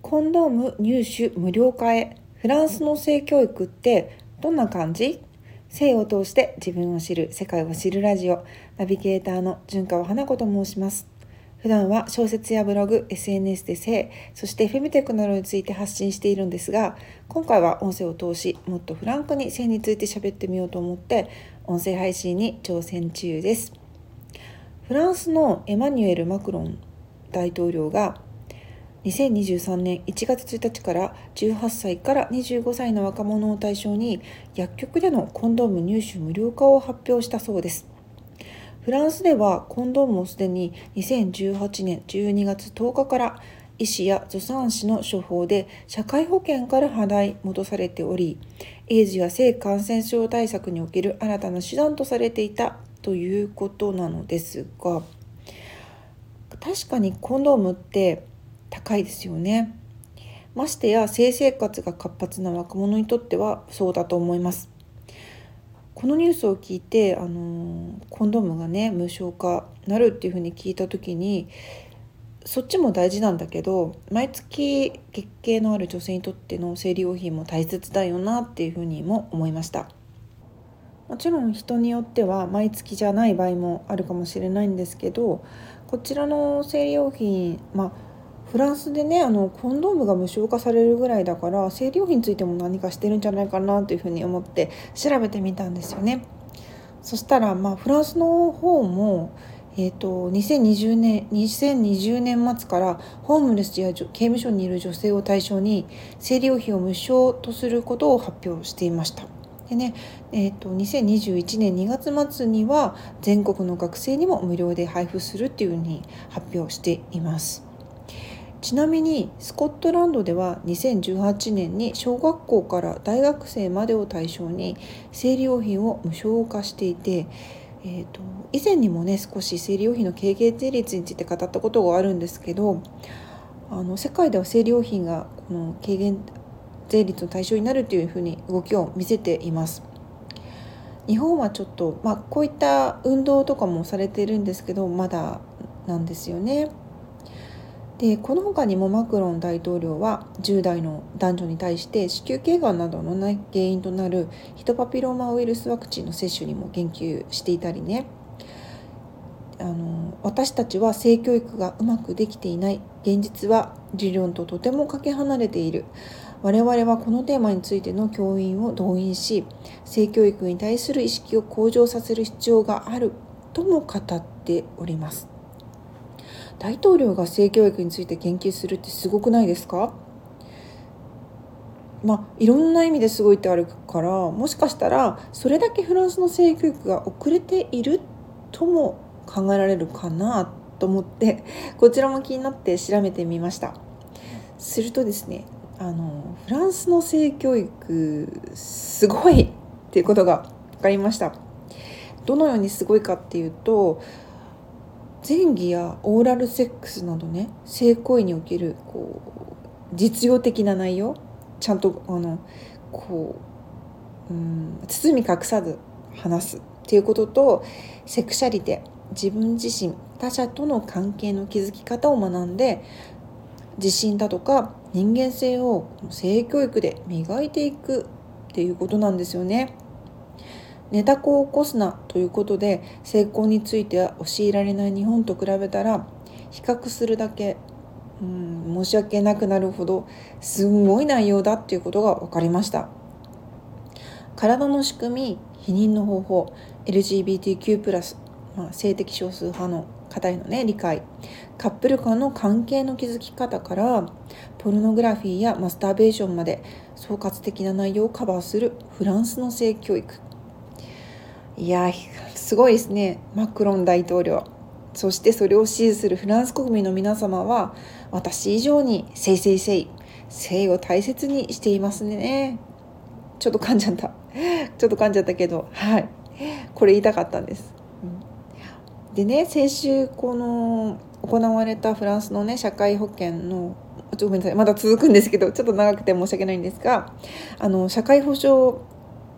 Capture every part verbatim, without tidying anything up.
コンドーム入手無料化へ、フランスの性教育ってどんな感じ？性を通して自分を知る、世界を知るラジオ、ナビゲーターの純川花子と申します。普段は小説やブログ、エスエヌエス で性、そしてフェムテックなどについて発信しているんですが、今回は音声を通し、もっとフランクに性について喋ってみようと思って、音声配信に挑戦中です。フランスのエマニュエル・マクロン大統領がにせんにじゅうさんねんいちがつついたちからじゅうはっさいからにじゅうごさいの若者を対象に薬局でのコンドーム入手無料化を発表したそうです。フランスではコンドームをすでににせんじゅうはちねんじゅうにがつとおかから医師や助産師の処方で社会保険から払い戻されており、エイズや性感染症対策における新たな手段とされていたということなのですが、確かにコンドームって高いですよね。ましてや性生活が活発な若者にとってはそうだと思います。このニュースを聞いて、あのコンドームがね無償化なるっていうふうに聞いた時に、そっちも大事なんだけど、毎月月経のある女性にとっての生理用品も大切だよなっていうふうにも思いました。もちろん人によっては毎月じゃない場合もあるかもしれないんですけど、こちらの生理用品、まあフランスでねあのコンドームが無償化されるぐらいだから、生理用品についても何かしてるんじゃないかなというふうに思って調べてみたんですよね。そしたら、まあ、フランスの方も、えー、とにせんにじゅうねんにせんにじゅうねん末からホームレスや刑務所にいる女性を対象に生理用品を無償とすることを発表していました。でね、えー、とにせんにじゅういちねんにがつ末には全国の学生にも無料で配布するっていうふうに発表しています。ちなみにスコットランドではにせんじゅうはちねんに小学校から大学生までを対象に生理用品を無償化していて、えー、と以前にもね少し生理用品の軽減税率について語ったことがあるんですけど、あの世界では生理用品がこの軽減税率の対象になるというふうに動きを見せています。日本はちょっと、まあ、こういった運動とかもされているんですけど、まだなんですよね。でこの他にもマクロン大統領はじゅう代の男女に対して子宮頸がんなどの、ね、原因となるヒトパピローマウイルスワクチンの接種にも言及していたりね、あの私たちは性教育がうまくできていない、現実は理論ととてもかけ離れている、我々はこのテーマについての教員を動員し、性教育に対する意識を向上させる必要があるとも語っております。大統領が性教育について言及するってすごくないですか？まあいろんな意味ですごいってあるから、もしかしたらそれだけフランスの性教育が遅れているとも考えられるかなと思って、こちらも気になって調べてみました。するとですね、あのフランスの性教育すごいっていうことが分かりました。どのようにすごいかっていうと、前戯やオーラルセックスなどね、性行為におけるこう実用的な内容、ちゃんとあのこう、うん、包み隠さず話すっていうことと、セクシャリテ、自分自身他者との関係の築き方を学んで、自信だとか人間性を性教育で磨いていくっていうことなんですよね。寝た子を起こすなということで、性交については教えられない日本と比べたら、比較するだけ、うん、申し訳なくなるほどすごい内容だっていうことが分かりました。体の仕組み、避妊の方法、 エルジービーティーキュープラス、まあ、性的少数派の方への、ね、理解、カップル間の関係の築き方からポルノグラフィーやマスターベーションまで総括的な内容をカバーするフランスの性教育。いやすごいですね。マクロン大統領、そしてそれを支持するフランス国民の皆様は、私以上に性性性性を大切にしていますね。ちょっと噛んじゃったちょっと噛んじゃったけど、はいこれ言いたかったんです。でね、先週この行われたフランスのね社会保険の、ちょごめんなさいまだ続くんですけど、ちょっと長くて申し訳ないんですが、あの社会保障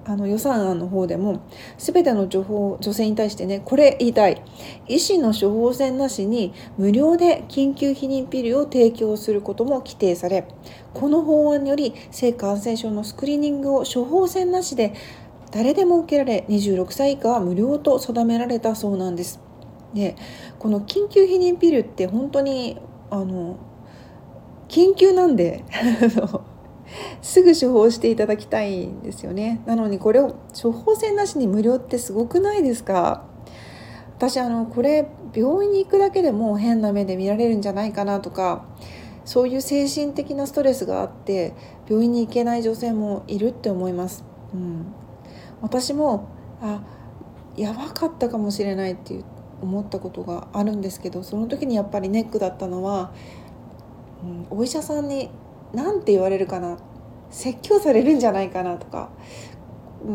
あの予算案の方でも全ての女法女性に対してね、これ言いたい。医師の処方箋なしに無料で緊急避妊ピルを提供することも規定され、この法案により性感染症のスクリーニングを処方箋なしで誰でも受けられ、にじゅうろくさい以下は無料と定められたそうなんです。で、この緊急避妊ピルって本当にあの緊急なんですぐ処方していただきたいんですよね。なのにこれを処方箋なしに無料ってすごくないですか？私あのこれ病院に行くだけでも変な目で見られるんじゃないかなとか、そういう精神的なストレスがあって病院に行けない女性もいるって思います。うん、私もあやばかったかもしれないって思ったことがあるんですけど、その時にやっぱりネックだったのは、うん、お医者さんに何て言われるかな、説教されるんじゃないかなとか、うん、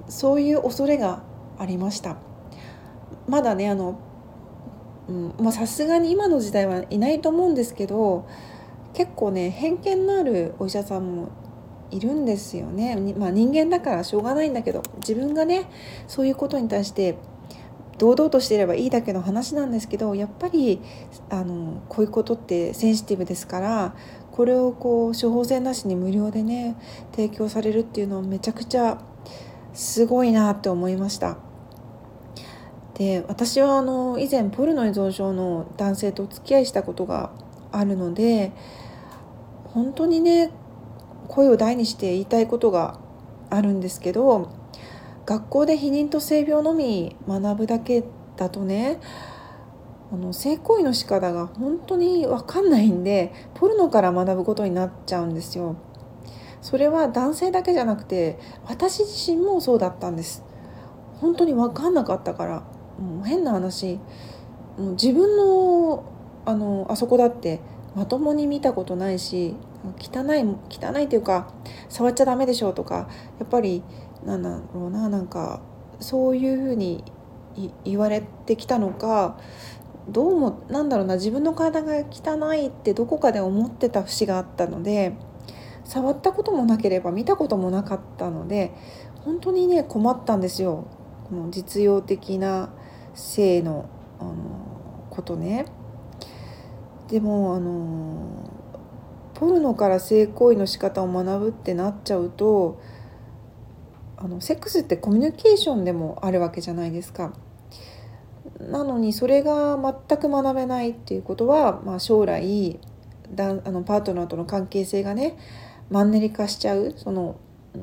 そういう恐れがありました。まだねあの、うんまあ、さすがに今の時代はいないと思うんですけど、結構ね偏見のあるお医者さんもいるんですよね。まあ、人間だからしょうがないんだけど、自分がねそういうことに対して堂々としていればいいだけの話なんですけど、やっぱりあのこういうことってセンシティブですから、これをこう処方箋なしに無料でね提供されるっていうのはめちゃくちゃすごいなって思いました。で、私はあの以前ポルノ依存症の男性とお付き合いしたことがあるので、本当にね声を大にして言いたいことがあるんですけど、学校で避妊と性病のみ学ぶだけだとね、あの性行為の仕方が本当に分かんないんで、ポルノから学ぶことになっちゃうんですよ。それは男性だけじゃなくて私自身もそうだったんです。本当に分かんなかったから。もう変な話、もう自分のあのあそこだってまともに見たことないし、汚い汚いというか触っちゃダメでしょとか、やっぱりなんだろうな、なんかそういうふうに言われてきたのか、どうもなんだろうな、自分の体が汚いってどこかで思ってた節があったので、触ったこともなければ見たこともなかったので、本当にね困ったんですよ。この実用的な性の、あのことね。でもあのポルノから性行為の仕方を学ぶってなっちゃうと、あのセックスってコミュニケーションでもあるわけじゃないですか。なのにそれが全く学べないっていうことは、まあ、将来だあのパートナーとの関係性がねマンネリ化しちゃう、その、うん、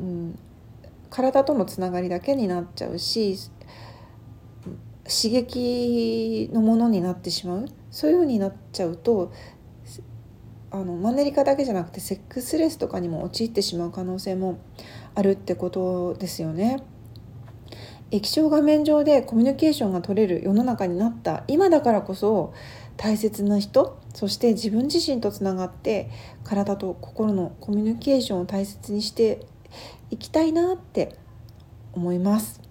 体とのつながりだけになっちゃうし、刺激のものになってしまう、そういう風になっちゃうと、あのマンネリ化だけじゃなくてセックスレスとかにも陥ってしまう可能性もあるってことですよね。液晶画面上でコミュニケーションが取れる世の中になった今だからこそ、大切な人、そして自分自身とつながって体と心のコミュニケーションを大切にしていきたいなって思います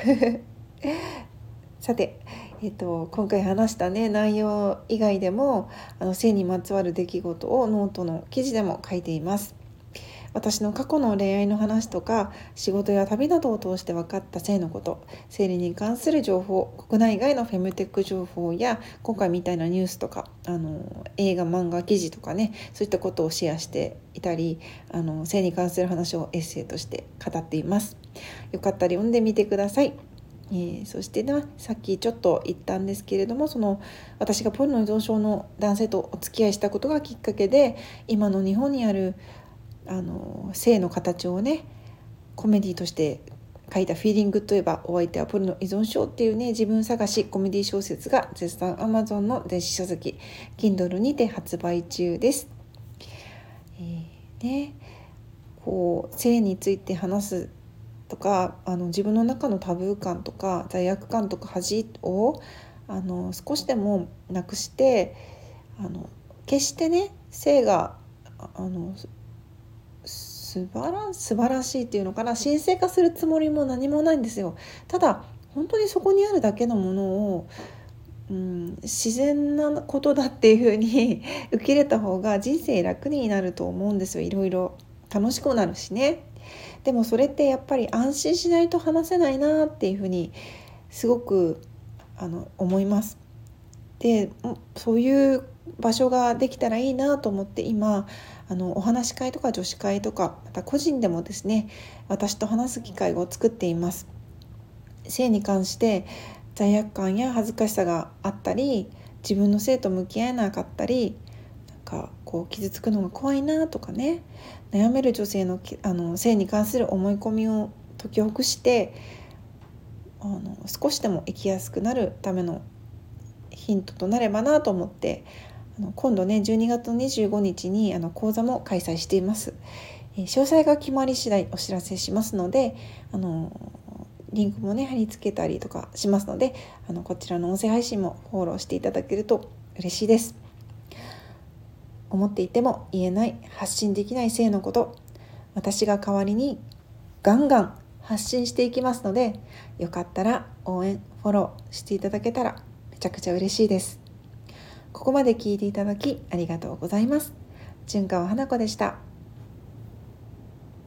さて、えっと、今回話したね内容以外でも、あの性にまつわる出来事をノートの記事でも書いています。私の過去の恋愛の話とか仕事や旅などを通して分かった性のこと、生理に関する情報、国内外のフェムテック情報や今回みたいなニュースとか、あの映画漫画記事とかね、そういったことをシェアしていたり、あの性に関する話をエッセイとして語っています。よかったら読んでみてください。えー、そしてね、さっきちょっと言ったんですけれども、その私がポルノ依存症の男性とお付き合いしたことがきっかけで、今の日本にあるあの性の形をねコメディとして書いたフィーリングといえばお相手はポルノ依存症っていうね、自分探しコメディ小説が絶賛 Amazon の電子書籍 Kindle にて発売中です。えー、ね、こう性について話すとか、あの自分の中のタブー感とか罪悪感とか恥をあの少しでもなくして、あの決してね性があの素晴ら素晴らしいっていうのかな、神聖化するつもりも何もないんですよ。ただ本当にそこにあるだけのものを、うん、自然なことだっていうふうに受け入れた方が人生楽になると思うんですよ。いろいろ楽しくなるしね。 でもそれってやっぱり安心しないと話せないなっていうふうにすごくあの思います。でそういう場所ができたらいいなと思って今あのお話し会とか女子会とかまた個人でもですね、私と話す機会を作っています。性に関して罪悪感や恥ずかしさがあったり、自分の性と向き合えなかったり、なんかこう傷つくのが怖いなとかね、悩める女性の、あの性に関する思い込みを解きほぐしてあの少しでも生きやすくなるためのヒントとなればなと思って、あの今度ねじゅうにがつのにじゅうごにちにあの講座も開催しています。えー、詳細が決まり次第お知らせしますので、あのリンクもね貼り付けたりとかしますので、あのこちらの音声配信もフォローしていただけると嬉しいです。思っていても言えない、発信できない性のこと、私が代わりにガンガン発信していきますので、よかったら応援フォローしていただけたらめちゃくちゃ嬉しいです。ここまで聞いていただきありがとうございます。純川花子でした。